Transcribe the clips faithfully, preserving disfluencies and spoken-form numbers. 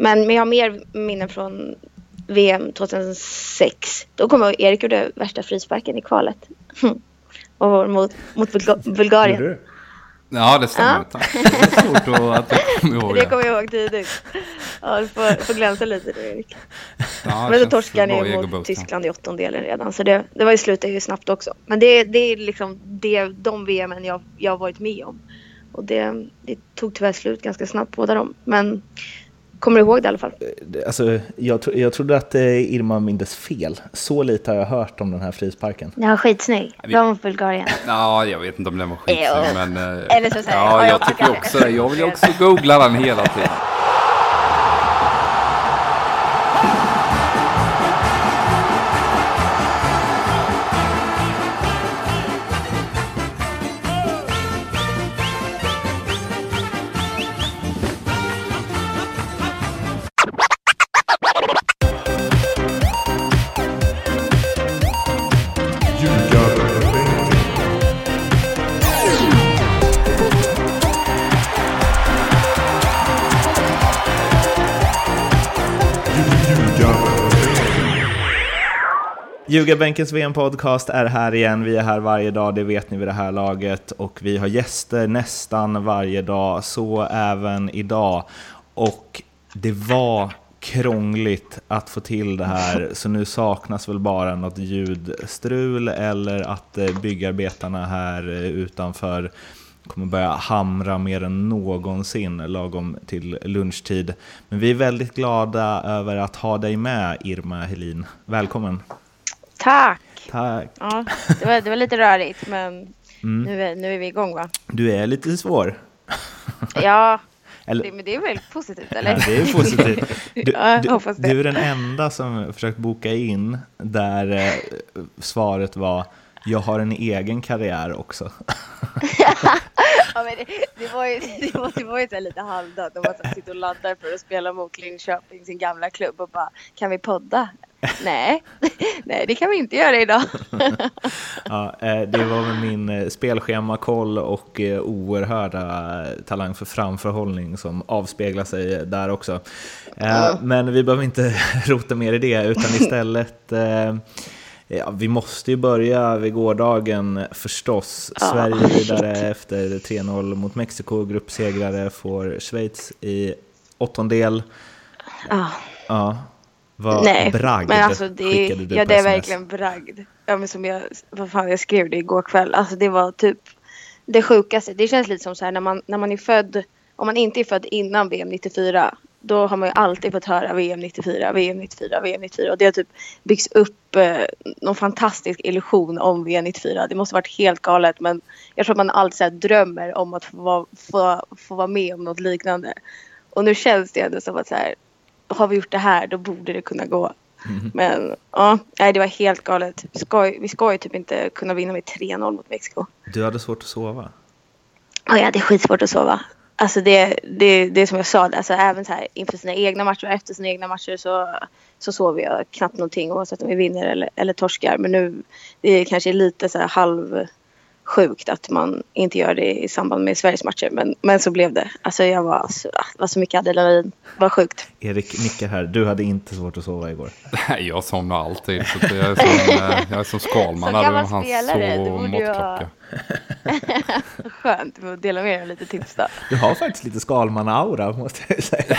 Men, men jag har mer minnen från V M tjugohundrasex. Då kom jag Erik gjorde värsta frisparken i kvalet. Och var mot, mot Bulga- Bulgarien. Ja, det stämmer. Ja. Det är svårt att, att komma ihåg. Det kommer jag ihåg tidigt. Ja, du får, får glänsa lite nu, Erik. Ja, men så torskade ni mot Tyskland i åttondelen redan. Så det, det var ju slutet ju snabbt också. Men det, det är liksom det, de V M:en jag, jag har varit med om. Och det, det tog tyvärr slut ganska snabbt båda dem. Men kommer du ihåg det i alla fall? Alltså, jag, tro, jag trodde att eh, Irma mindes fel. Så lite har jag hört om den här frisparken. Den var skitsnygg. Bra mot Bulgarien. Ja, jag vet inte om den var skitsnygg. Jo. Men, eh, Eller så säger ja, jag, jag tycker också det. Jag vill också googla den hela tiden. Ljugarbänkens V M-podcast är här igen. Vi är här varje dag, det vet ni vid det här laget. Och vi har gäster nästan varje dag, så även idag. Och det var krångligt att få till det här, så nu saknas väl bara något ljudstrul eller att byggarbetarna här utanför kommer börja hamra mer än någonsin lagom till lunchtid. Men vi är väldigt glada över att ha dig med, Irma Helin. Välkommen. Tack. Tack. Ja, det var, det var lite rörigt, men mm. nu, är, nu är vi igång, va? Du är lite svår. Ja, eller, det, men det är väl positivt, eller? Ja, det är positivt. Du, ja, du, hoppas det. Du är den enda som försökt boka in där eh, svaret var: jag har en egen karriär också. Ja, men det, det var ju, det var, det var ju så lite halvdant. De var sitter och laddar för att spela mot Linköping, sin gamla klubb, och bara, kan vi podda? Nej, nej, det kan vi inte göra idag. Ja, det var med min spelschemakoll och oerhörda talang för framförhållning som avspeglar sig där också. Men vi behöver inte rota mer i det, utan istället... Ja, vi måste ju börja vid gårdagen förstås. Ja. Sverige vidare efter tre noll mot Mexiko. Gruppsegrare får Schweiz i åttondel. Ja. Ja. Vad Nej, bragd men alltså det, du ja, det är verkligen bragd. Ja, men som jag, vad fan, jag skrev det igår kväll. Alltså det var typ det sjukaste. Det känns lite som så här när man, när man är född, om man inte är född innan V M nittiofyra, då har man ju alltid fått höra V M nittiofyra, V M nittiofyra, V M nittiofyra. Och det har typ byggts upp eh, någon fantastisk illusion om V M nittiofyra. Det måste ha varit helt galet, men jag tror att man alltid så här drömmer om att få, få, få vara med om något liknande. Och nu känns det ändå som att så här, har vi gjort det här, då borde det kunna gå. Mm. Men ja, nej, det var helt galet. Vi ska, vi ska ju typ inte kunna vinna med tre noll mot Mexiko. Du hade svårt att sova? Ja, jag hade skitsvårt att sova. Alltså det, det, det är som jag sa, alltså även så här, inför sina egna matcher och efter sina egna matcher så, så sover jag knappt någonting oavsett om vi vinner eller, eller torskar. Men nu det är kanske lite så här halv sjukt att man inte gör det i samband med Sveriges matcher. Men, men så blev det. Alltså jag var så, var så mycket adrenalin. Det var sjukt. Erik nickar här. Du hade inte svårt att sova igår. Nej, jag somnar alltid. Så jag, är som, jag är som Skalman. Som gammal spelare. Du borde ju ha... Skönt att dela med dig lite tips då. Du har faktiskt lite Skalman-aura, måste jag säga.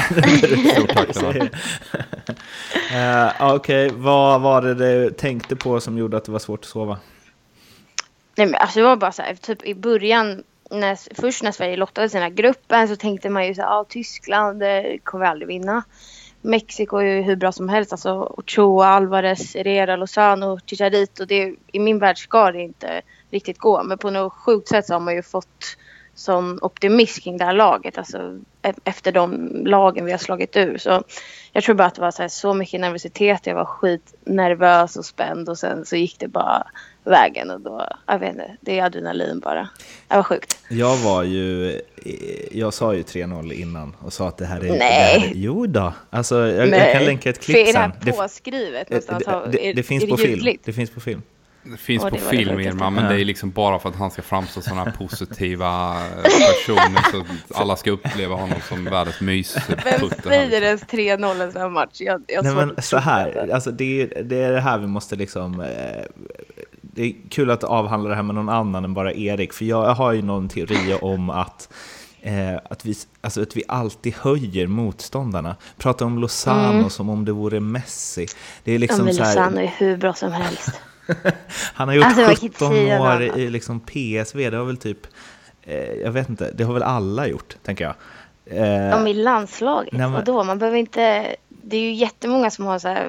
uh, Okej, okay. Vad var det du tänkte på som gjorde att det var svårt att sova? Nej, men alltså det var bara så här, typ i början, när, först när Sverige lottade sina gruppen så tänkte man ju så här, ah, Tyskland det kommer vi aldrig vinna. Mexiko är ju hur bra som helst, alltså Ochoa, Alvarez, Herrera, Lozano, Chicharito, det i min värld ska det inte riktigt gå, men på något sjukt sätt så har man ju fått sån optimism kring det här laget, alltså efter de lagen vi har slagit ur. Så jag tror bara att det var så, här, så mycket nervositet, jag var skitnervös och spänd, och sen så gick det bara vägen, och då, jag vet inte, det är adrenalin bara. Det var sjukt. Jag var ju, jag sa ju tre noll innan och sa att det här är... Nej. Det här, jo då, alltså jag, jag kan länka ett klipp sen. Är det här påskrivet det, det, det, det, det finns på film. Det finns på film. Det finns Och på det var det film, sjukaste. Irma, men det är liksom bara för att han ska framstå sådana här positiva personer så att alla ska uppleva honom som världens mysputte. Vem säger ens tre noll en sån här match? Jag, jag Nej, svårt men att så tro här, det. alltså det är, det är det här vi måste liksom... Eh, det är kul att avhandla det här med någon annan än bara Erik, för jag har ju någon teori om att Eh, att, vi, alltså att vi alltid höjer motståndarna. Prata om Lozano mm. som om det vore Messi. Det är liksom ja, men så här, Lozano är hur bra som helst. Han har gjort alltså, sjutton år i liksom P S V. Det har väl typ, eh, jag vet inte, det har väl alla gjort, tänker jag. Eh, De i landslaget, nej, men... och då man behöver inte, det är ju jättemånga som har så här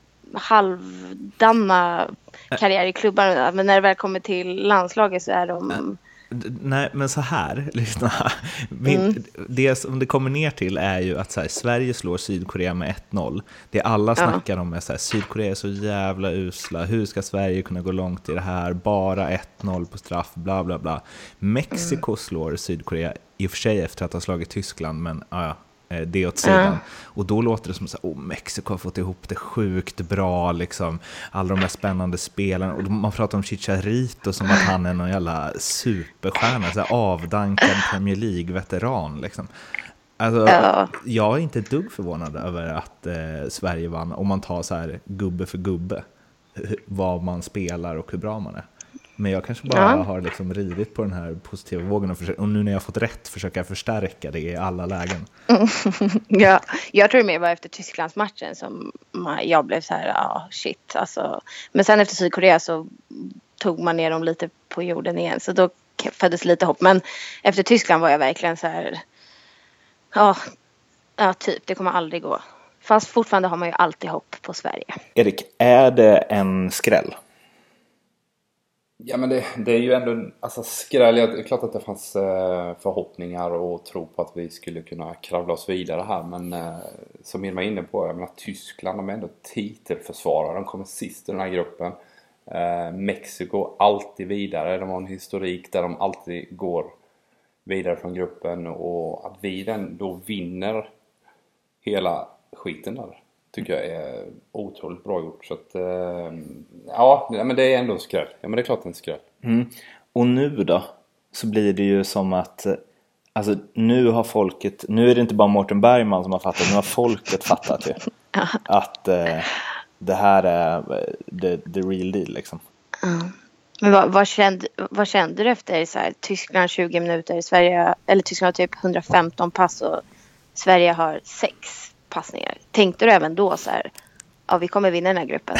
halvdana karriär i klubbar, men när det väl kommer till landslaget så är de... Äh. Nej, men så här, lyssna. Min, mm. Det som det kommer ner till är ju att så här, Sverige slår Sydkorea med ett noll. Det alla snackar ja. om är så här, Sydkorea är så jävla usla. Hur ska Sverige kunna gå långt i det här? Bara ett noll på straff, bla bla bla. Mexiko mm. slår Sydkorea i och för sig efter att ha slagit Tyskland, men ja, det åt sidan. Mm. Och då låter det som att oh, Mexiko har fått ihop det sjukt bra, liksom. Alla de där spännande spelarna. Och man pratar om Chicharito som att han är någon jävla superstjärna, så här avdankad Premier League-veteran, liksom. Alltså, ja. Jag är inte ett dugg förvånad över att eh, Sverige vann, om man tar så här gubbe för gubbe, vad man spelar och hur bra man är. Men jag kanske bara ja. har liksom ridit på den här positiva vågen och, försöka, och nu när jag har fått rätt försöker jag förstärka det i alla lägen. Ja, jag tror det mer var efter Tysklandsmatchen som jag blev så här, ja ah, shit. Alltså. Men sen efter Sydkorea så tog man ner dem lite på jorden igen, så då föddes lite hopp. Men efter Tyskland var jag verkligen så här, ja, ja typ, det kommer aldrig gå. Fast fortfarande har man ju alltid hopp på Sverige. Erik, är det en skräll? Ja, men det, det är ju ändå alltså skräll. Det är klart att det fanns eh, förhoppningar och tro på att vi skulle kunna kravla oss vidare här. Men eh, som Irma är inne på, jag menar, Tyskland, de är ändå titelförsvarare. De kommer sist i den här gruppen. Eh, Mexiko alltid vidare. De har en historik där de alltid går vidare från gruppen. Och att vi den då vinner hela skiten där tycker jag är otroligt bra gjort. Så att, eh, ja, men det är ändå en skräll. Ja, men det är klart en skräll. Mm. Och nu då så blir det ju som att alltså, nu har folket, nu är det inte bara Mårten Bergman som har fattat, nu har folket fattat ju att eh, det här är the, the real deal liksom. Mm. Men vad, vad, kände, vad kände du efter så här, Tyskland tjugo minuter, Sverige, eller Tyskland har typ hundrafemton pass och Sverige har sex passningar. Tänkte du även då så här, ja, vi kommer vinna den här gruppen?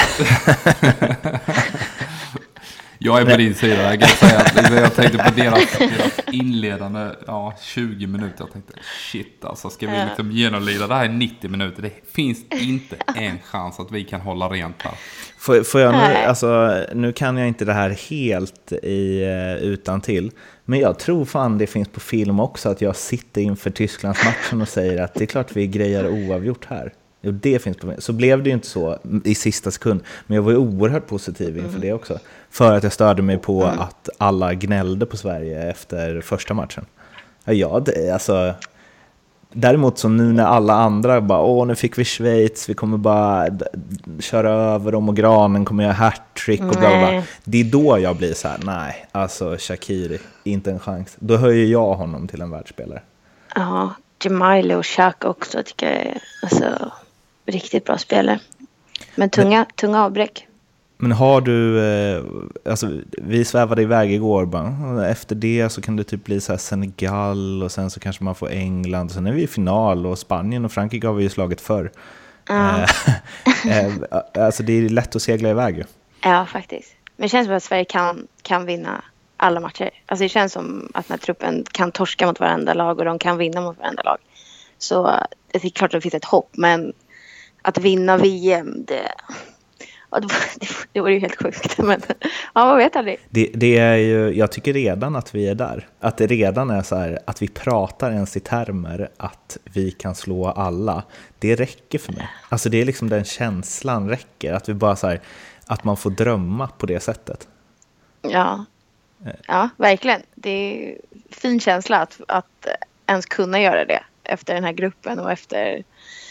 Jag är på din sida. Jag kan säga att jag tänkte på deras, deras inledande ja, tjugo minuter. Jag tänkte, shit alltså, ska vi liksom genomlida det här i nittio minuter? Det finns inte en chans att vi kan hålla rent här. Får, får jag nu, alltså, nu kan jag inte det här helt i, utan till. Men jag tror fan det finns på film också att jag sitter inför Tysklandsmatchen och säger att det är klart vi grejer oavgjort här. Jo, det finns på. Så blev det ju inte så i sista sekund. Men jag var ju oerhört positiv inför mm. det också. För att jag störde mig på mm. att alla gnällde på Sverige efter första matchen. Ja, det, alltså... Däremot så nu när alla andra bara, åh nu fick vi Schweiz, vi kommer bara d- köra över dem och Granen kommer göra hattrick och bla bla bla. Det är då jag blir så här, nej, alltså Shaqiri, inte en chans. Då höjer jag honom till en världsspelare. Ja, Jemaile och Shaq också tycker jag är alltså, riktigt bra spelare. Men tunga, men, tunga avbräck. Men har du, eh, alltså vi svävade iväg igår bara. Efter det så kan det typ bli så här Senegal och sen så kanske man får England. Och sen är vi i final och Spanien och Frankrike har vi ju slagit förr. Uh. eh, alltså det är lätt att segla iväg ju. Ja, faktiskt. Men det känns som att Sverige kan, kan vinna alla matcher. Alltså det känns som att den här truppen kan torska mot varenda lag och de kan vinna mot varenda lag. Så det är klart att det finns ett hopp, men att vinna V M, det... Ja, det, var, det, det var ju helt sjukt. Men, ja, man vet aldrig. Det, det är ju, jag tycker redan att vi är där. Att det redan är så här, att vi pratar ens i termer att vi kan slå alla. Det räcker för mig. Alltså det är liksom den känslan räcker. Att vi bara så här, att man får drömma på det sättet. Ja, ja verkligen. Det är fin känsla att, att ens kunna göra det efter den här gruppen och efter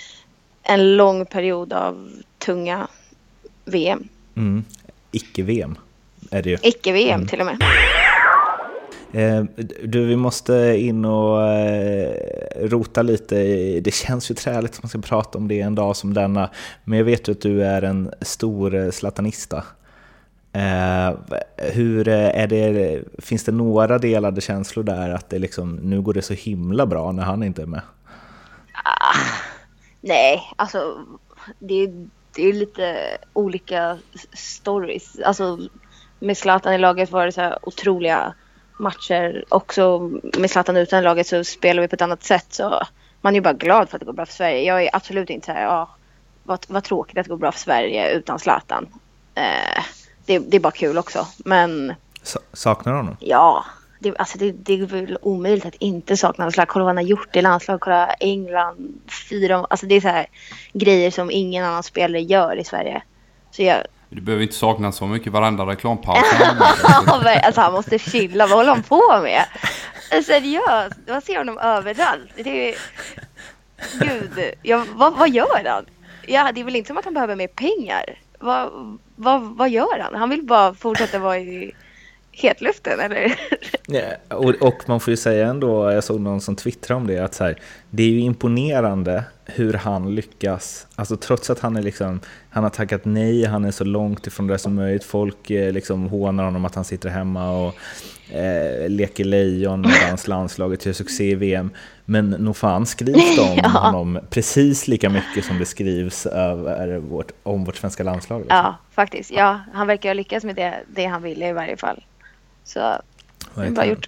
en lång period av tunga V M. Mm. Icke-V M. är det ju. Icke-V M Mm. till och med. Eh, du, vi måste in och eh, rota lite. Det känns ju träligt att man ska prata om det en dag som denna. Men jag vet ju att du är en stor eh, zlatanista. Eh, hur är det, finns det några delade känslor där att det liksom, nu går det så himla bra när han inte är med? Ah, nej, alltså det, det är lite olika stories. Alltså med Zlatan i laget var det så här otroliga matcher. Också med Zlatan utan laget så spelar vi på ett annat sätt. Så man är ju bara glad för att det går bra för Sverige. Jag är absolut inte så här, ja, vad, vad tråkigt att det går bra för Sverige utan Zlatan. Eh, det, det är bara kul också. Men saknar honom? Ja, det, alltså det, det är väl omöjligt att inte sakna honom. Kolla vad han har gjort i landslag. Kolla England, fyra. Alltså det är så här grejer som ingen annan spelare gör i Sverige. Så jag... Du behöver inte sakna så mycket varandra reklampaus. Alltså han måste chilla. Vad håller han på med? Seriöst, man ser honom överallt. Det är... Gud, ja, vad, vad gör han? Ja, det är väl inte som att han behöver mer pengar. Vad, vad, vad gör han? Han vill bara fortsätta vara i hetluften, eller? Ja, och, och man får ju säga ändå, jag såg någon som twittrade om det, att så här, det är ju imponerande hur han lyckas, alltså trots att han är liksom, han har tackat nej, han är så långt ifrån det som möjligt, folk liksom hånar honom att han sitter hemma och eh, leker lejon med hans landslaget, gör succé i V M, men nog fan skrivs det om ja. honom precis lika mycket som det skrivs över vårt, om vårt svenska landslag. Liksom. Ja, faktiskt, ja, han verkar ha lyckats med det, det han ville i varje fall. Så det är bara gjort.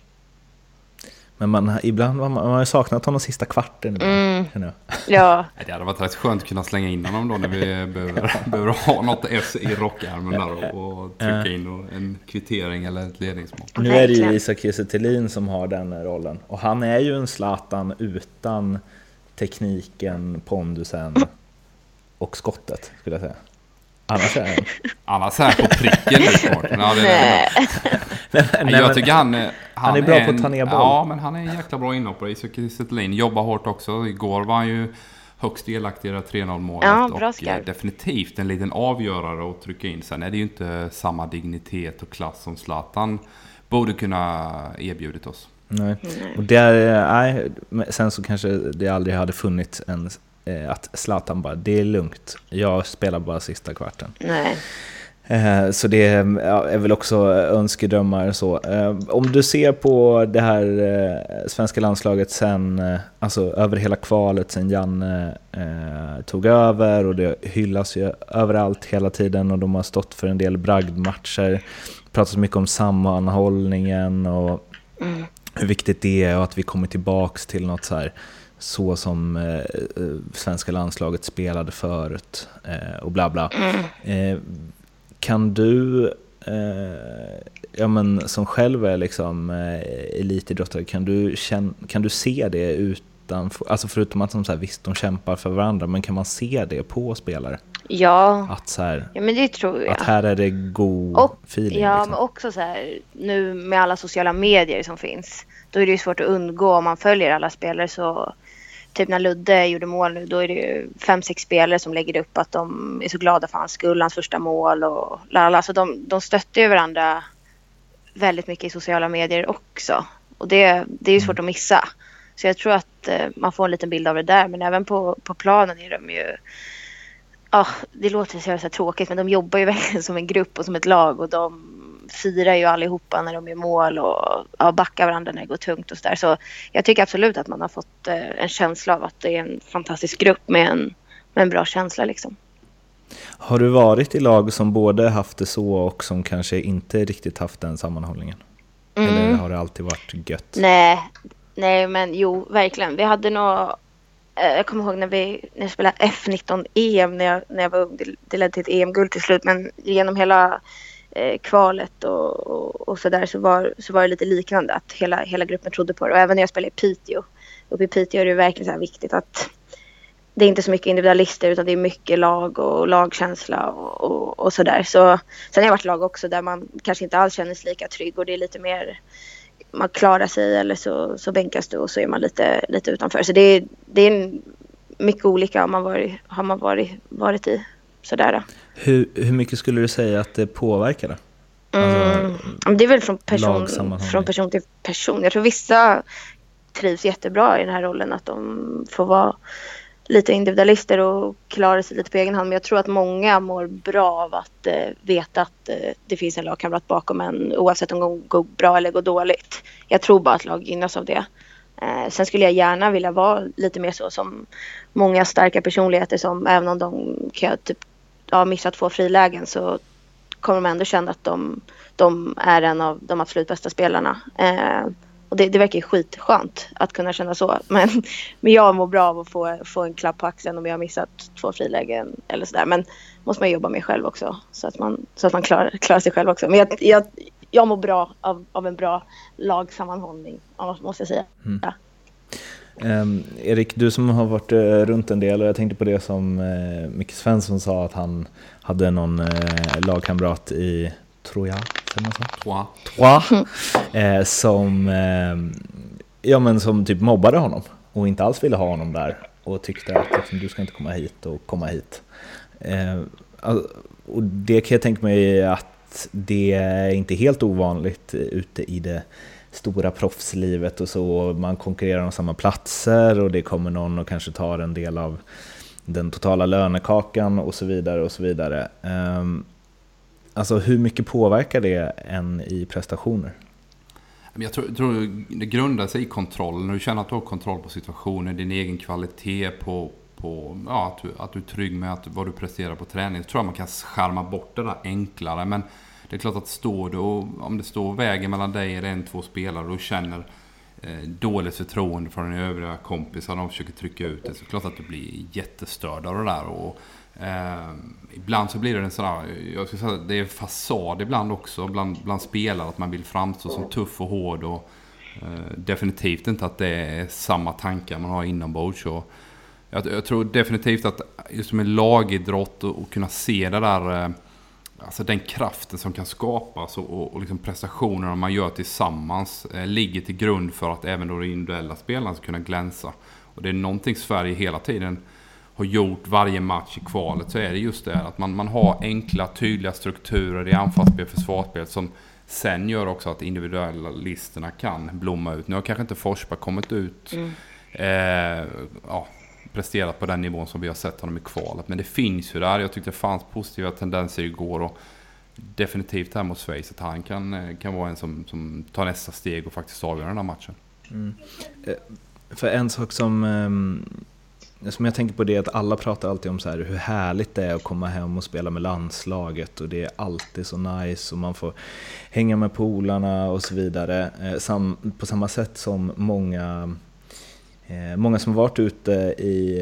Men man, ibland man, man har ju saknat honom sista kvarten. Mm. Ja. Det hade varit rätt skönt att kunna slänga in honom då när vi behöver, behöver ha något S i rockärmen där och, och trycka in en kvittering eller ett ledningsmål. Nu är det ju Isak Kiese Thelin som har den rollen. Och han är ju en Zlatan utan tekniken, pondusen och skottet, skulle jag säga. Annars är han... Annars är han på pricken lite bort. Ja, det är det. Nej, nej, jag tycker han, han, han är bra är på att ta ner boll. Ja, men han är en jäkla bra inhoppare. Isak Kiese Thelin jobbar hårt också. Igår var han ju högst delaktig i det tre noll-målet. Ja, bra och skarp. Definitivt en liten avgörare att trycka in. Sen är det ju inte samma dignitet och klass som Zlatan borde kunna erbjudit oss. Nej. Och där, nej, sen så kanske det aldrig hade funnits en att Zlatan bara, det är lugnt, jag spelar bara sista kvarten. Nej. Eh, så det är väl också önskedrömmar så. Eh, om du ser på det här eh, svenska landslaget sen, eh, alltså över hela kvalet sen Janne eh, tog över, och det hyllas ju överallt hela tiden, och de har stått för en del bragdmatcher, pratat mycket om sammanhållningen och mm. hur viktigt det är, och att vi kommer tillbaks till något så här så som eh, svenska landslaget spelade förut eh, och bla bla. Eh, kan du eh, ja men som själv är liksom eh, elitidrottare, kan du känna, kan du se det utan, alltså förutom att de så här, visst de kämpar för varandra, men kan man se det på spelare? Ja. Att så här, ja, men det tror jag. Att här är det god och, feeling. Ja, liksom. Men också så här, nu med alla sociala medier som finns, då är det ju svårt att undgå om man följer alla spelare. Så typ när Ludde gjorde mål nu, då är det ju fem, sex spelare som lägger upp att de är så glada för hans skull, hans första mål och lala. Så de, de stöttar ju varandra väldigt mycket i sociala medier också. Och det, det är ju svårt att missa. Så jag tror att eh, man får en liten bild av det där. Men även på, på planen är de ju... Ja, oh, det låter så, så tråkigt, men de jobbar ju verkligen som en grupp och som ett lag. Och de firar ju allihopa när de gör mål och ja, backar varandra när det går tungt och så där. Så jag tycker absolut att man har fått eh, en känsla av att det är en fantastisk grupp med en, med en bra känsla liksom. Har du varit i lag som både haft det så och som kanske inte riktigt haft den sammanhållningen? Mm. Eller har det alltid varit gött? Nej, nej men jo, verkligen. Vi hade nog, eh, jag kommer ihåg när vi, när vi spelade F nitton E M när jag, när jag var ung. Det, det ledde till ett E M-guld till slut, men genom hela eh, kvalet och, och, och så där så var, så var det lite liknande, att hela, hela gruppen trodde på det. Och även när jag spelade i Piteå. Uppe i Piteå är det verkligen så här viktigt att det är inte så mycket individualister, utan det är mycket lag och lagkänsla och, och, och sådär. Så, sen har jag varit lag också där man kanske inte alls känner sig lika trygg, och det är lite mer, man klarar sig eller så, så bänkas du och så är man lite, lite utanför. Så det är, det är mycket olika har man varit, har man varit, varit i. Sådär. Hur, hur mycket skulle du säga att det påverkade? Mm. Alltså, det är väl från person, från person till person. Jag tror vissa trivs jättebra i den här rollen, att de får vara lite individualister och klara sig lite på egen hand. Men jag tror att många mår bra av att eh, veta att eh, det finns en lagkamrat bakom en, oavsett om det går bra eller går dåligt. Jag tror bara att lag gynnas av det. Eh, sen skulle jag gärna vilja vara lite mer så som många starka personligheter som, även om de kan typ, ja, missa två frilägen, så kommer de ändå känna att de, de är en av de absolut bästa spelarna. Eh, och det, det verkar ju skitskönt att kunna känna så. Men, men jag mår bra av att få, få en klapp på axeln om jag har missat två frilägen eller sådär. Men måste man jobba med själv också, så att man, så att man klarar, klarar sig själv också. Men jag, jag, jag mår bra av, av en bra lagsammanhållning, måste jag säga. Mm. Ja. Um, Erik, du som har varit uh, runt en del, och jag tänkte på det som uh, Micke Svensson sa, att han hade någon uh, lagkamrat i Troja, Troja. Troja eh, som uh, ja, men som typ mobbade honom och inte alls ville ha honom där och tyckte att liksom, du ska inte komma hit och komma hit. Uh, och det kan jag tänka mig att det är inte helt ovanligt ute i det stora proffslivet och så. Man konkurrerar om samma platser och det kommer någon och kanske tar en del av den totala lönekakan och så vidare och så vidare. Um, alltså hur mycket påverkar det en i prestationer? Jag tror, tror det grundar sig i kontroll. När du känner att du har kontroll på situationen, din egen kvalitet på, på ja, att, du, att du är trygg med att, vad du presterar på träning, så tror jag man kan skärma bort det där enklare. Men det är klart att står du, och om det står vägen mellan dig och en, två spelare och du känner eh, dåligt förtroende från den övriga kompisar och de försöker trycka ut det, så är det klart att du blir jättestörd av det där. Och, eh, ibland så blir det en sån där, jag ska säga, det är fasad ibland också bland, bland spelare, att man vill framstå som tuff och hård, och eh, definitivt inte att det är samma tankar man har inombords. Och jag, jag tror definitivt att just med lagidrott och, och kunna se det där, eh, alltså den kraften som kan skapas och, och, och liksom prestationerna man gör tillsammans eh, ligger till grund för att även då de individuella spelarna ska kunna glänsa. Och det är någonting Sverige hela tiden har gjort varje match i kvalet, så är det just det att man, man har enkla, tydliga strukturer i anfallsspel, försvarsspel, som sen gör också att individuella listorna kan blomma ut. Nu har kanske inte Forsberg kommit ut mm. eh, ja, presterat på den nivån som vi har sett honom i kvalet, men det finns ju där. Jag tyckte det fanns positiva tendenser igår, och definitivt här mot Schweiz att han kan, kan vara en som, som tar nästa steg och faktiskt avgör den här matchen. Mm. För en sak som, som jag tänker på, det är att alla pratar alltid om så här, hur härligt det är att komma hem och spela med landslaget, och det är alltid så nice och man får hänga med polarna och så vidare. Sam, på samma sätt som många Eh, många som har varit ute i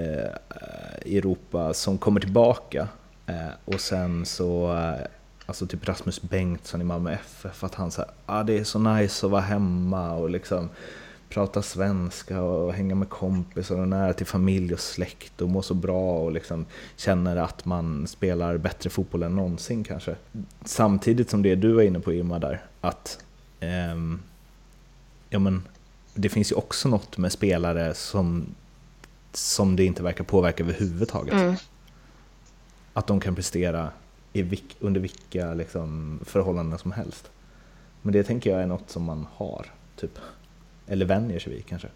eh, Europa som kommer tillbaka eh, och sen så eh, alltså typ Rasmus Bengtsson i Malmö F F, att han säger ah, det är så nice att vara hemma och liksom prata svenska och hänga med kompisar och nära till familj och släkt och må så bra och liksom känner att man spelar bättre fotboll än någonsin kanske. Samtidigt som det du var inne på, Irma, där att eh, ja men det finns ju också något med spelare som, som det inte verkar påverka överhuvudtaget. Mm. Att de kan prestera i vilk, under vilka liksom, förhållanden som helst. Men det tänker jag är något som man har, typ. Eller vänjer sig vid kanske.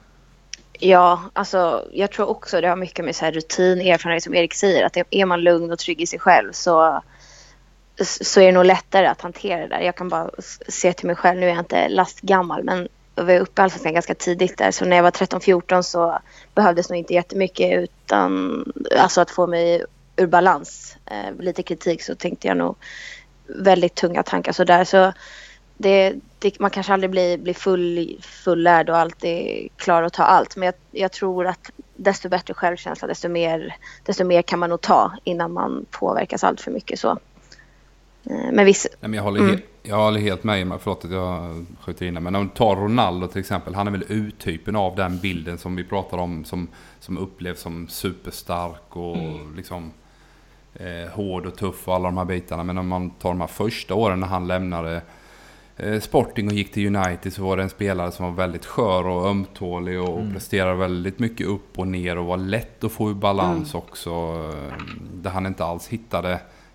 Ja, alltså jag tror också det har mycket med så här rutin, erfarenhet som Erik säger. Att är man lugn och trygg i sig själv så, så är det nog lättare att hantera det där. Jag kan bara se till mig själv, nu är jag inte lastgammal, men jag var uppe alltså ganska tidigt där. Så när jag var tretton fjorton så behövdes nog inte jättemycket, utan alltså att få mig ur balans. Eh, lite kritik, så tänkte jag nog väldigt tunga tankar så där. Så det, det, man kanske aldrig blir, blir full, fullärd och alltid klar att ta allt. Men jag, jag tror att desto bättre självkänsla, desto mer, desto mer kan man nog ta innan man påverkas allt för mycket. Så. Eh, men viss, Nej, men jag håller mm. helt Jag håller helt med mig, förlåt att jag skjuter in det. Men om du tar Ronaldo till exempel, han är väl uttypen av den bilden som vi pratar om, som, som upplevs som superstark och mm. liksom eh, hård och tuff och alla de här bitarna. Men om man tar de här första åren när han lämnade eh, Sporting och gick till United, så var det en spelare som var väldigt skör och ömtålig och mm. presterade väldigt mycket upp och ner och var lätt att få i balans mm. också. Där han inte alls hittade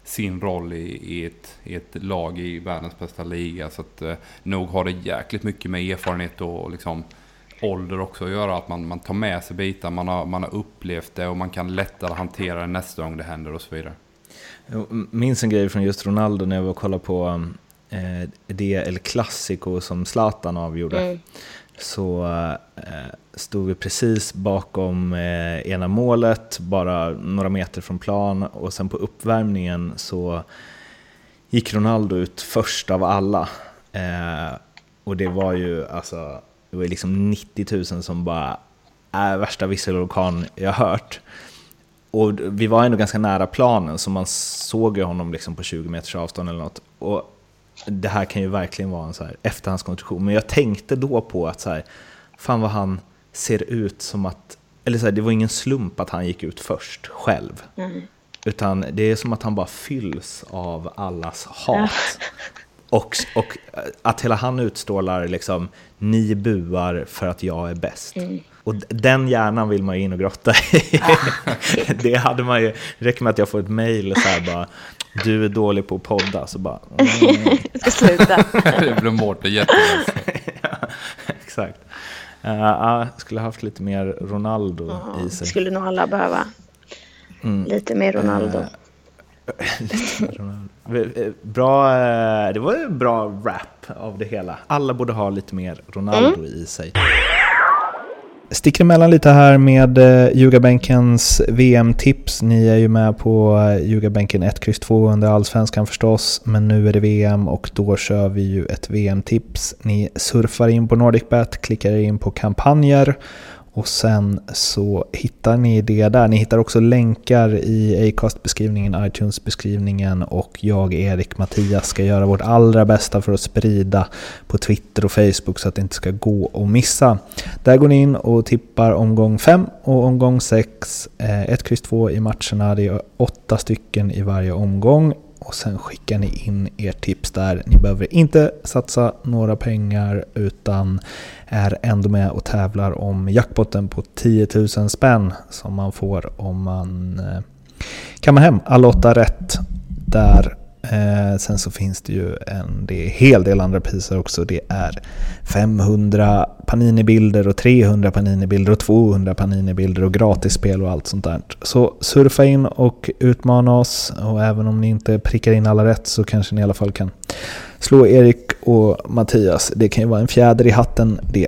sin roll i, i, ett, i ett lag i världens bästa liga. Så att eh, nog har det jäkligt mycket med erfarenhet och liksom ålder också att göra. Att man, man tar med sig bitar, man har, man har upplevt det och man kan lättare hantera det nästa gång det händer och så vidare. Jag minns en grej från just Ronaldo när jag var och kollade på eh, det El Clasico som Zlatan avgjorde. Mm. Så eh, stod vi precis bakom eh, ena målet, bara några meter från plan, och sen på uppvärmningen så gick Ronaldo ut först av alla. Eh, och det var ju alltså, det var liksom nittio tusen som bara är värsta visselorkan jag hört. Och vi var ändå ganska nära planen, så man såg ju honom liksom på tjugo meters avstånd eller något. Och det här kan ju verkligen vara en så här efterhandskonstruktion. Men jag tänkte då på att så här, fan vad han ser ut som att, eller så här, det var ingen slump att han gick ut först själv. Mm. Utan det är som att han bara fylls av allas hat. Och, och att hela han utstrålar liksom, ni buar för att jag är bäst. Mm. Och den hjärnan vill man ju in och grotta i. Det hade man ju, det räcker med att jag får ett mejl så här bara, du är dålig på att podda, så bara mm. Jag ska sluta. Det blir Mårten jätteledsen. Ja, exakt. Uh, uh, skulle ha haft lite mer Ronaldo uh, i sig. Skulle nog alla behöva mm. lite mer Ronaldo. Uh, lite mer Ronaldo. Bra, uh, det var en bra rap av det hela. Alla borde ha lite mer Ronaldo mm. i sig. Sticker emellan lite här med uh, Ljugarbänkens V M-tips. Ni är ju med på uh, Ljugarbänken ett kryss två under Allsvenskan förstås. Men nu är det V M och då kör vi ju ett V M-tips. Ni surfar in på NordicBet, klickar in på kampanjer. Och sen så hittar ni det där. Ni hittar också länkar i Acast-beskrivningen, iTunes-beskrivningen, och jag, Erik, Mattias ska göra vårt allra bästa för att sprida på Twitter och Facebook så att det inte ska gå att missa. Där går ni in och tippar omgång fem och omgång sex, ett kryss två i matcherna. Det är åtta stycken i varje omgång. Och sen skickar ni in er tips där. Ni behöver inte satsa några pengar utan är ändå med och tävlar om jackpotten på tio tusen spänn som man får om man eh, kammar hem alla åtta rätt där. Eh, sen så finns det ju en det är hel del andra priser också. Det är femhundra Panini-bilder och trehundra Panini-bilder och tvåhundra Panini-bilder och gratisspel och allt sånt där. Så surfa in och utmana oss, och även om ni inte prickar in alla rätt så kanske ni i alla fall kan slå Erik och Mattias. Det kan ju vara en fjäder i hatten det.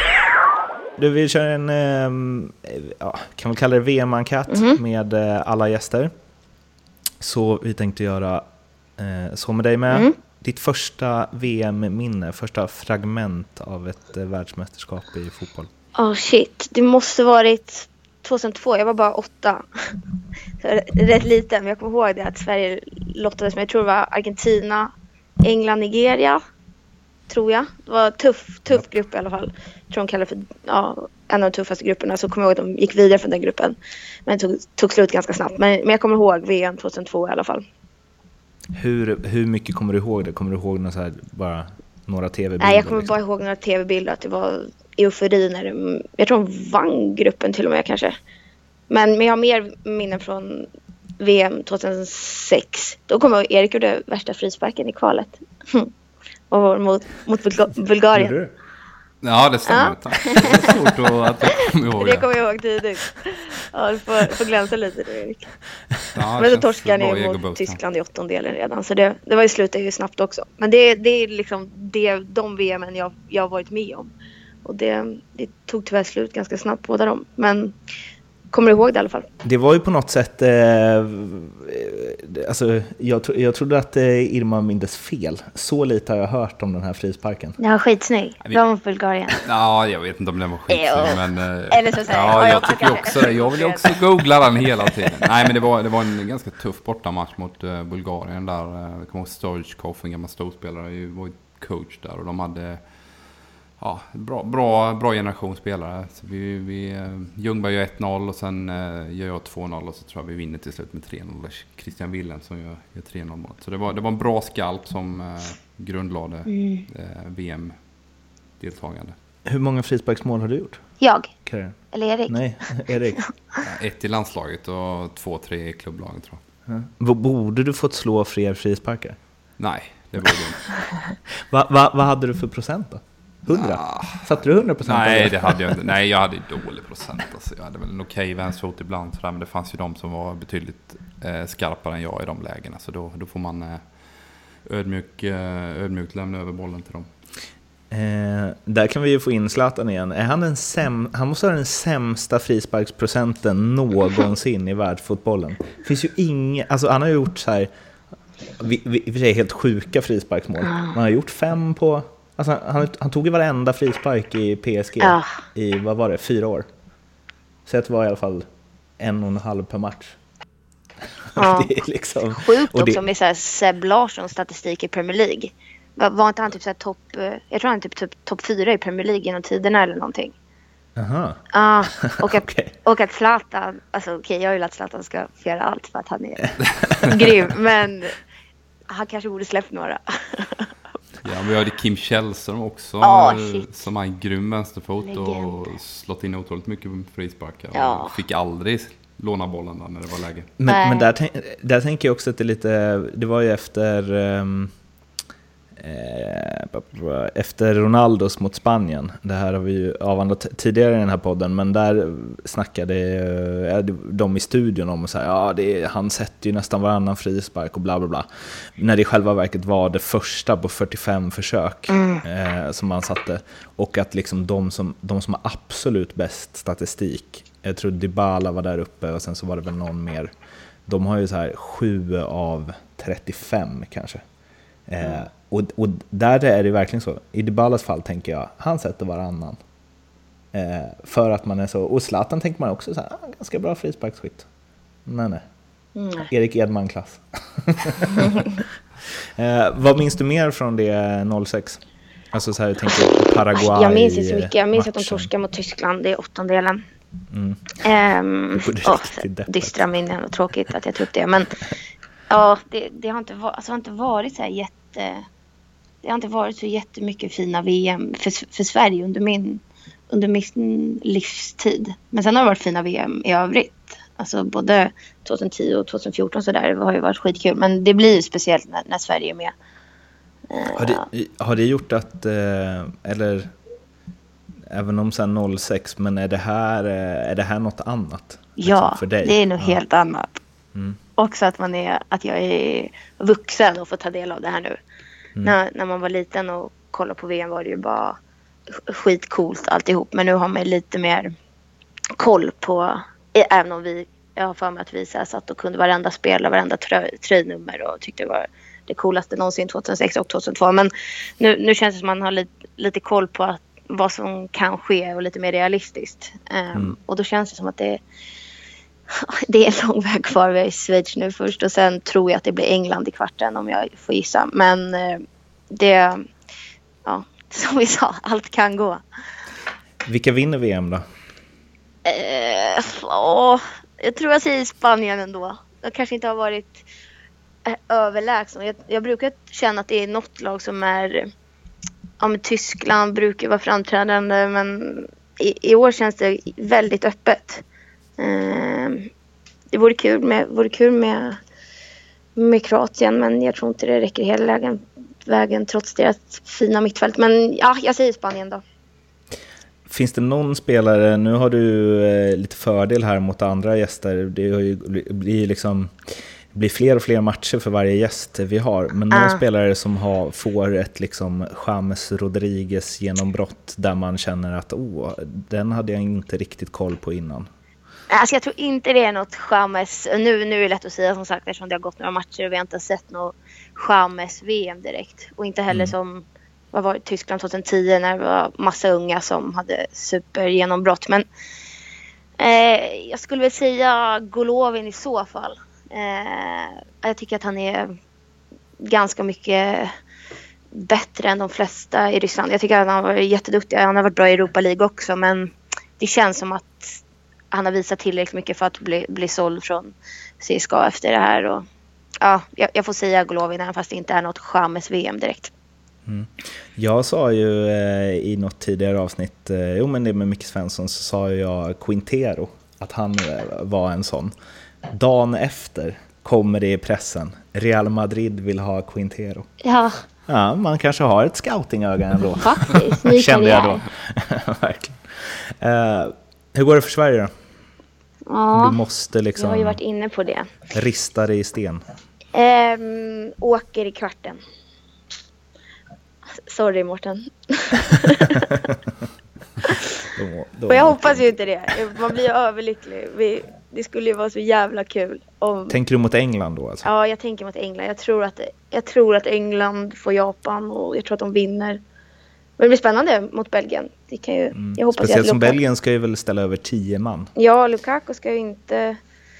Du vill köra en eh, ja, kan man kalla det V M-enkät mm-hmm. med eh, alla gäster. Så vi tänkte göra så med dig med. Mm. Ditt första V M-minne, första fragment av ett eh, världsmästerskap i fotboll. Oh shit, det måste varit tjugohundratvå, jag var bara åtta. Så rätt liten, men jag kommer ihåg det att Sverige lottades med, jag tror det var Argentina, England, Nigeria, tror jag. Det var tuff, tuff ja. grupp i alla fall. Jag tror de kallade för ja, en av de tuffaste grupperna, så kommer jag ihåg att de gick vidare från den gruppen. Men det tog, tog slut ganska snabbt. Men, men jag kommer ihåg V M tjugohundratvå i alla fall. Hur, hur mycket kommer du ihåg det? Kommer du ihåg några så här, bara några tv-bilder? Nej, jag kommer liksom? bara ihåg några tv-bilder. Att det var eufori när det, jag tror de vann gruppen till och med kanske. Men, men jag har mer minnen från V M tjugohundrasex. Då kommer jag ihåg Erik gjorde värsta frisparken i kvalet. Och var mot, mot Bulga- Bulgarien. Ja, det stämmer. Ja. Tack. Det är svårt att jag kommer ihåg det. Det kommer jag ihåg tidigt. Ja, du får, får glänsa lite då, Erik. Ja, men så torskar ni mot Tyskland i åttondelen redan. Så det, det var ju slutet ju snabbt också. Men det, det är liksom det, de V M jag, jag har varit med om. Och det, det tog tyvärr slut ganska snabbt båda dem. Men kommer du ihåg det i alla fall? Det var ju på något sätt eh, alltså, jag, tro, jag trodde att eh, Irma mindes fel. Så lite har jag hört om den här frisparken. Den var skitsnygg. Bra mot Bulgarien. Ja, jag vet inte om den var skitsnygg. Men, eh, Eller så säger ja, jag, jag tycker också det. Jag vill också googla den hela tiden. Nej, men det var, det var en ganska tuff bortamatch mot uh, Bulgarien där. Uh, jag kommer ihåg Stojkov, en gammal storspelare, var ju coach där. Och de hade ja, bra, bra, bra generation spelare. Så vi, vi, uh, Ljungberg gör ett noll och sen uh, gör jag två noll och så tror jag vi vinner till slut med tre noll. Christian Wilhelm som gör, gör tre noll mål. Så det var, det var en bra skalp som uh, grundlade mm. uh, V M-deltagande. Hur många frisparksmål har du gjort? Jag? Karen. Eller Erik? Nej, Erik. Ja, ett i landslaget och två, tre i klubblaget tror jag. Mm. Borde du fått slå fler frisparkar? Nej, det borde jag inte. Vad va, va hade du för procent då? hundra? Nah. Satte du hundra procent? Nej, det hade jag inte. Nej, jag hade dålig procent. Alltså, jag hade väl en okej vänsterfot ibland. Sådär, men det fanns ju de som var betydligt eh, skarpare än jag i de lägena. Så då, då får man eh, ödmjuk, eh, ödmjukt lämna över bollen till dem. Eh, där kan vi ju få in Zlatan igen. Är han, den säm- han måste ha den sämsta frisparksprocenten någonsin i världsfotbollen. Det finns ju ingen, alltså han har gjort så här, vi, vi, vi säger helt sjuka frisparksmål. Man har gjort fem på, alltså han, han tog ju varenda frispark i P S G ja. i, vad var det, fyra år. Så det var i alla fall en och en halv per match. Ja. Det är liksom, sjukt och det, också med så här Seb Larssons statistik i Premier League. Var, var inte han typ så här topp, jag tror han är typ, typ topp fyra i Premier League genom tiderna eller någonting. Aha. Ja, och att, Okay. och att Zlatan, alltså okej, okay, jag vill att Zlatan ska göra allt för att han är grym, men han kanske borde släppt några. Ja, men vi hade Kim Källström också, oh, som har en grym vänsterfot Legend. Och slått in otroligt mycket frisparkar. Ja. Och fick aldrig låna bollen där när det var läge. Men, men där, tänk, där tänker jag också att det är lite, det var ju efter um, eh, efter Ronaldos mot Spanien. Det här har vi ju avhandlat tidigare i den här podden, men där snackade eh, de i studion om och så här, ja, det är, han sätter ju nästan varannan frispark och bla bla bla. När det i själva verket var det första på fyrtiofem försök mm. eh, som man satte, och att liksom de som, de som har absolut bäst statistik, jag tror Dybala var där uppe och sen så var det väl någon mer. De har ju så här sju av trettiofem kanske. Mm. Eh, och, och där är det verkligen så. I Dybalas fall tänker jag, han sätter varannan. Eh, för att man är så. Och Zlatan tänker man också så här, ah, ganska bra frisparksskytt. Nej, nej. Mm. Erik Edman-klass. eh, vad minns du mer från det noll sex? Alltså så här, jag tänker Paraguay. Jag minns inte så mycket. Jag minns matchen. Att de torskade mot Tyskland i åttondelen. Mm. Um, oh, dystra minnen och tråkigt att jag tog upp det, men ja, det, det har inte varit, alltså, har inte varit så här jätte, det har inte varit så jättemycket fina V M för, för Sverige under min under min livstid, men sen har det varit fina V M i övrigt, alltså både tjugohundratio och tjugohundrafjorton så där har ju varit skitkul, men det blir ju speciellt när, när Sverige är med. Uh, har, det, har det gjort att eh, eller även om sen noll sex, men är det här är det här något annat? Liksom, ja, för dig? Det är nog ja. helt annat. Mm. Också att man är att jag är vuxen och får ta del av det här nu. Mm. När, när man var liten och kollade på V M var det ju bara skitcoolt alltihop, men nu har man lite mer koll på, även om vi, jag har för mig att vi så här satt och kunde varenda spela, varenda trö, tröjnummer och tyckte det var det coolaste någonsin tjugohundrasex och tjugohundratvå, men nu, nu känns det som att man har lite, lite koll på att vad som kan ske och lite mer realistiskt. Um, mm. Och då känns det som att det, det är en lång väg kvar. Vi är i Schweiz nu först och sen tror jag att det blir England i kvarten om jag får gissa. Men uh, det, ja, som vi sa, allt kan gå. Vilka vinner V M då? Uh, oh, jag tror jag säger Spanien ändå. Det kanske inte har varit uh, överlägsen. Jag, jag brukar känna att det är något lag som är... Ja, men Tyskland brukar vara framträdande, men i, i år känns det väldigt öppet. Eh, det vore kul med, vore kul med, med Kroatien, men jag tror inte det räcker hela vägen, vägen trots deras fina mittfält. Men ja, jag säger Spanien då. Finns det någon spelare, nu har du eh, lite fördel här mot andra gäster, det har ju, blir liksom... Det blir fler och fler matcher för varje gäst vi har. Men någon uh. spelare som har, får ett liksom James Rodriguez genombrott där man känner att oh, den hade jag inte riktigt koll på innan. Alltså jag tror inte det är något James. Nu, nu är det lätt att säga som sagt eftersom det har gått några matcher och vi har inte sett något James V M direkt. Och inte heller mm. som vad var det, Tyskland tjugohundratio när det var massa unga som hade supergenombrott. Men eh, jag skulle väl säga Golovin i så fall. Eh, jag tycker att han är ganska mycket bättre än de flesta i Ryssland. Jag tycker att han var jätteduktig. Han har varit bra i Europa League också, men det känns som att han har visat tillräckligt mycket för att bli, bli såld från C S K A efter det här. Och, ja, jag, jag får säga Golovin även fast det inte är något James V M direkt. Mm. Jag sa ju eh, i något tidigare avsnitt, eh, jo men det med Micke Svensson, så sa jag Quintero, att han eh, var en sån. Dagen efter kommer det i pressen. Real Madrid vill ha Quintero. Ja. Ja, man kanske har ett scoutingöga ändå. Faktiskt, ny kände jag karriär. då. Verkligen. Uh, hur går det för Sverige då? Ja, du måste liksom jag har ju varit inne på det. Rista det i sten. Um, åker i kvarten. Sorry, Mårten. då, då Och jag hoppas ju inte det. Man blir ju överlycklig. Vi, det skulle ju vara så jävla kul. Om... Tänker du mot England då? Alltså? Ja, jag tänker mot England. Jag tror, att, jag tror att England får Japan och jag tror att de vinner. Men det blir spännande mot Belgien. Det kan ju, mm. jag hoppas Speciellt att som Lukaku... Belgien ska ju väl ställa över tio man. Ja, Lukaku ska ju inte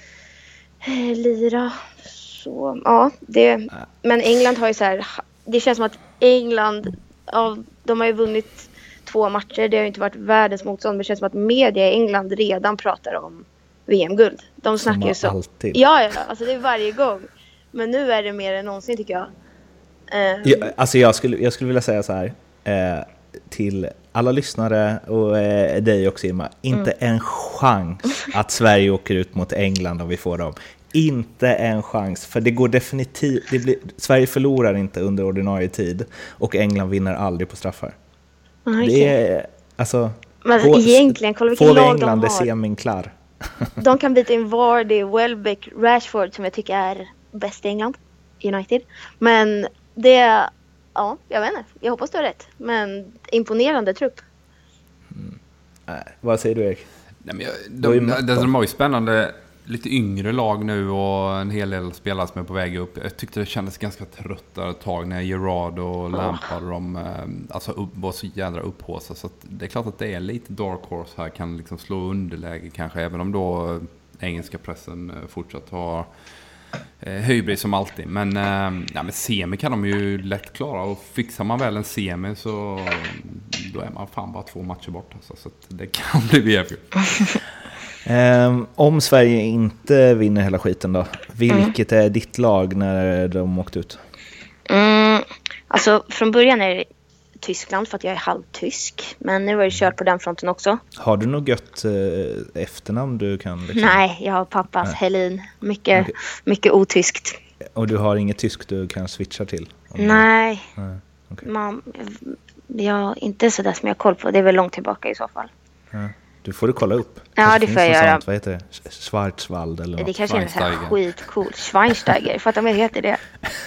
eh, lira. Så, ja, det... Äh. Men England har ju så här... Det känns som att England... Ja, de har ju vunnit två matcher. Det har ju inte varit världens motstånd. Men det känns som att media i England redan pratar om V M-guld. De snackar ju så... alltid. Ja, ja, alltså det är varje gång. Men nu är det mer än någonsin, tycker jag. Um... Ja, alltså jag skulle, jag skulle vilja säga så här... Eh, till alla lyssnare och eh, dig också, Irma. Inte mm. en chans att Sverige åker ut mot England om vi får dem. Inte en chans, för det går definitivt det blir, Sverige förlorar inte under ordinarie tid och England vinner aldrig på straffar. Okay. Det är alltså, men på, egentligen, kolla vilken får lag England de är har. semin klar. De kan byta in Vardy, Welbeck, Rashford som jag tycker är bäst i England, United. Men det, ja, jag vet inte. Jag hoppas du har rätt. Men imponerande trupp. Mm. Nej, vad säger du, Erik? Nej, men jag, de, de, de, de har ju spännande lite yngre lag nu och en hel del spelare som är på väg upp. Jag tyckte det kändes ganska tröttare ett tag när Gerrard och Lampard de, alltså, upp, var så jädra upphåsade. Så att det är klart att det är lite dark horse här, kan liksom slå underläge kanske, även om då engelska pressen fortsatt har eh, höjbris som alltid. Men, eh, ja, men semi kan de ju lätt klara, och fixar man väl en semi så då är man fan bara två matcher bort. Alltså, så att det kan bli V F. Um, om Sverige inte vinner hela skiten då, vilket mm. är ditt lag när de åkte ut? Mm, alltså från början är det Tyskland för att jag är halvtysk, men nu är det kört på den fronten också. Har du något gött eh, efternamn du kan liksom... Nej, jag har pappas Nej. Helin, mycket, okay. mycket otyskt. Och du har inget tysk du kan switcha till? Nej, du... Nej. Okay. Man, jag inte så där som jag har koll på, det är väl långt tillbaka i så fall. Ja. Du får du kolla upp. Ja, kanske det får jag göra. Sånt, vad heter det? Schwarzwald eller något. Det kanske är så här skitcoolt. Schweinsteiger, för att de heter det.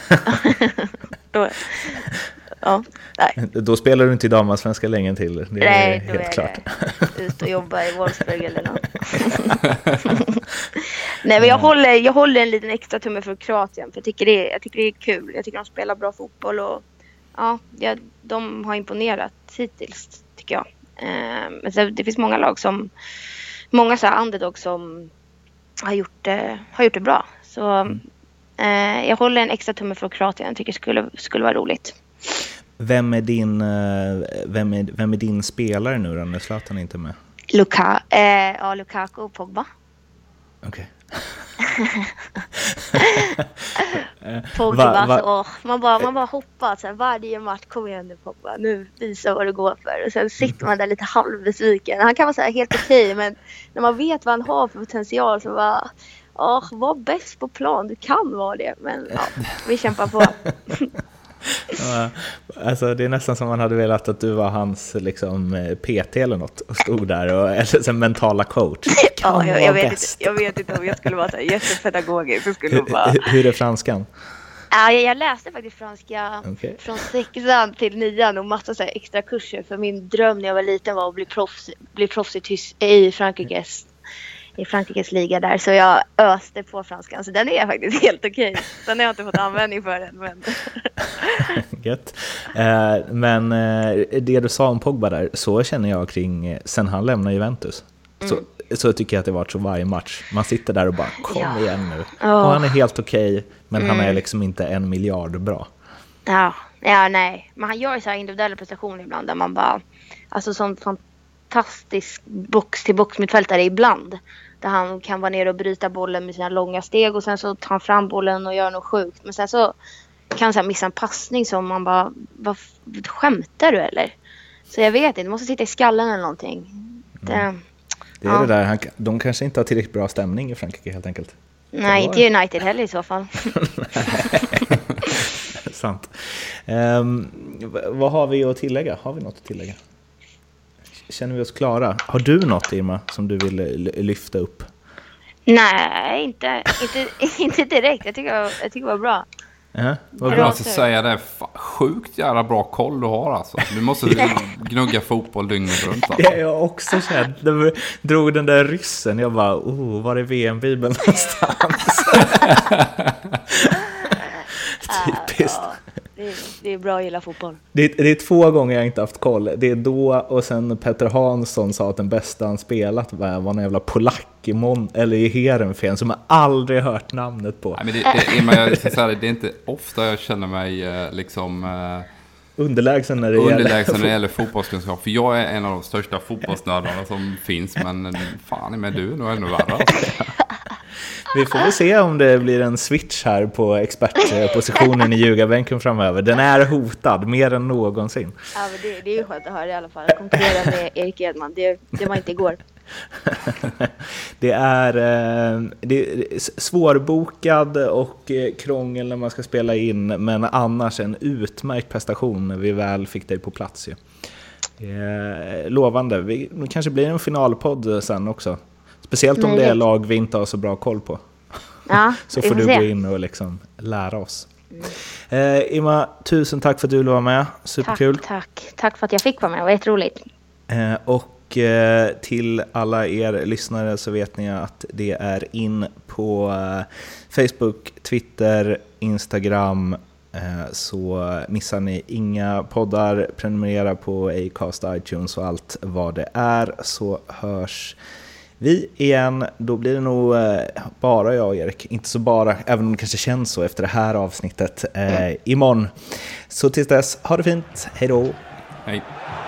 Då, ja, nej. Då spelar du inte i damallsvenskan länge till. Det nej, är då helt är klart. Det ut och jobba i Wolfsburg eller något. Nej, men jag håller, jag håller en liten extra tumme för Kroatien. För jag tycker, det är, jag tycker det är kul. Jag tycker de spelar bra fotboll. Och, ja, de har imponerat hittills, tycker jag. Men så det finns många lag som många så här underdog som har gjort det, har gjort det bra. Så mm. eh, jag håller en extra tumme för Kroatien. Jag tycker det skulle, skulle vara roligt. Vem är din vem är, vem är din spelare nu då när Zlatan inte är med? Luka, eh, ja, Lukaku och Pogba. Okej. Okay. Pogba, va, va? Så, åh, man, bara, man bara hoppas så här, varje match, kom igen nu Pogba, nu visa vad du går för. Och sen sitter man där lite halvbesviken. Han kan vara så här helt okej, okay, men när man vet vad han har för potential så bara, åh, var bäst på plan, du kan vara det. Men ja, vi kämpar på. Ja, alltså det är nästan som man hade velat att du var hans liksom, P T eller något och stod där och eller som mentala coach. Ja, jag, jag, vet inte, jag vet inte om jag skulle vara så här jättepedagogisk. Så skulle bara... hur, hur är franskan? Ja, jag läste faktiskt franska okay. från sexan till nian och massa så här extra kurser. För min dröm när jag var liten var att bli proffs, bli proffs i, Tys- i Frankrikes i Frankrikes liga där, så jag öste på franskan, så den är faktiskt helt okej. Sen har jag inte fått användning för den, men gött. Eh, men eh, det du sa om Pogba där, så känner jag kring eh, sen han lämnar Juventus. Mm. Så, så tycker jag att det varit så varje match. Man sitter där och bara, kom ja. igen nu. Oh. Och han är helt okej, men mm. han är liksom inte en miljard bra. Ja, ja nej. Men han gör ju så här individuella prestationer ibland där man bara, alltså sånt fantastisk box till box mittfältare ibland. Där han kan vara ner och bryta bollen med sina långa steg och sen så tar han fram bollen och gör något sjukt. Men sen så kan han så här missa en passning som man bara, vad skämtar du eller? Så jag vet inte, det måste sitta i skallen eller någonting. Det, mm. det är ja. det där, han, de kanske inte har tillräckligt bra stämning i Frankrike helt enkelt. Nej, inte United heller i så fall. Sant. Um, vad har vi att tillägga? Har vi något att tillägga? Känner vi oss klara? Har du något, Irma, som du vill lyfta upp? Nej, inte, inte, inte direkt. Jag tycker, jag tycker det var bra. Uh-huh. Vad jag bra. måste säga det, sjukt jävla bra koll du har alltså. Du måste gnugga fotboll dygnet runt. Alltså. Det har jag också känt. De drog den där ryssen. Jag bara, oh, var är V M-bibeln någonstans? Typiskt. Ja, det, är, det är bra att gilla fotboll. Det är, det är två gånger jag inte haft koll. Det är då och sen Petter Hansson sa att den bästa han spelat var, var en jävla polack i, Mon- eller i Heerenveen som jag aldrig hört namnet på. Nej, men det, det, Irma, jag ska säga det, det är inte ofta jag känner mig liksom underlägsen när det underlägsen gäller, när det gäller fotbollskunskap. För jag är en av de största fotbollsnördarna som finns, men fan, men du är nog ännu värre. Vi får väl se om det blir en switch här på expertpositionen i ljugarbänken framöver. Den är hotad mer än någonsin. Ja, men det, det är ju skönt att höra i alla fall. Konkurrera med Erik Edman. Det, det var inte igår. Det är, det är svårbokad och krångel när man ska spela in, men annars en utmärkt prestation när vi väl fick dig på plats. Ju. Lovande. Vi, det kanske blir en finalpodd sen också. Speciellt om Nej, det är lag vi inte har så bra koll på. Ja, så får du se. Gå in och liksom lära oss. Mm. Eh, Irma, tusen tack för att du var med. Superkul. Tack, tack. Tack för att jag fick vara med. Det var jätteroligt. Eh, och eh, till alla er lyssnare så vet ni att det är in på eh, Facebook, Twitter, Instagram. Eh, så missar ni inga poddar. Prenumerera på Acast, iTunes och allt vad det är, så hörs vi igen. Då blir det nog eh, bara jag och Erik. Inte så bara, även om det kanske känns så efter det här avsnittet eh, imorgon. Så tills dess, ha det fint. Hej då. Hej.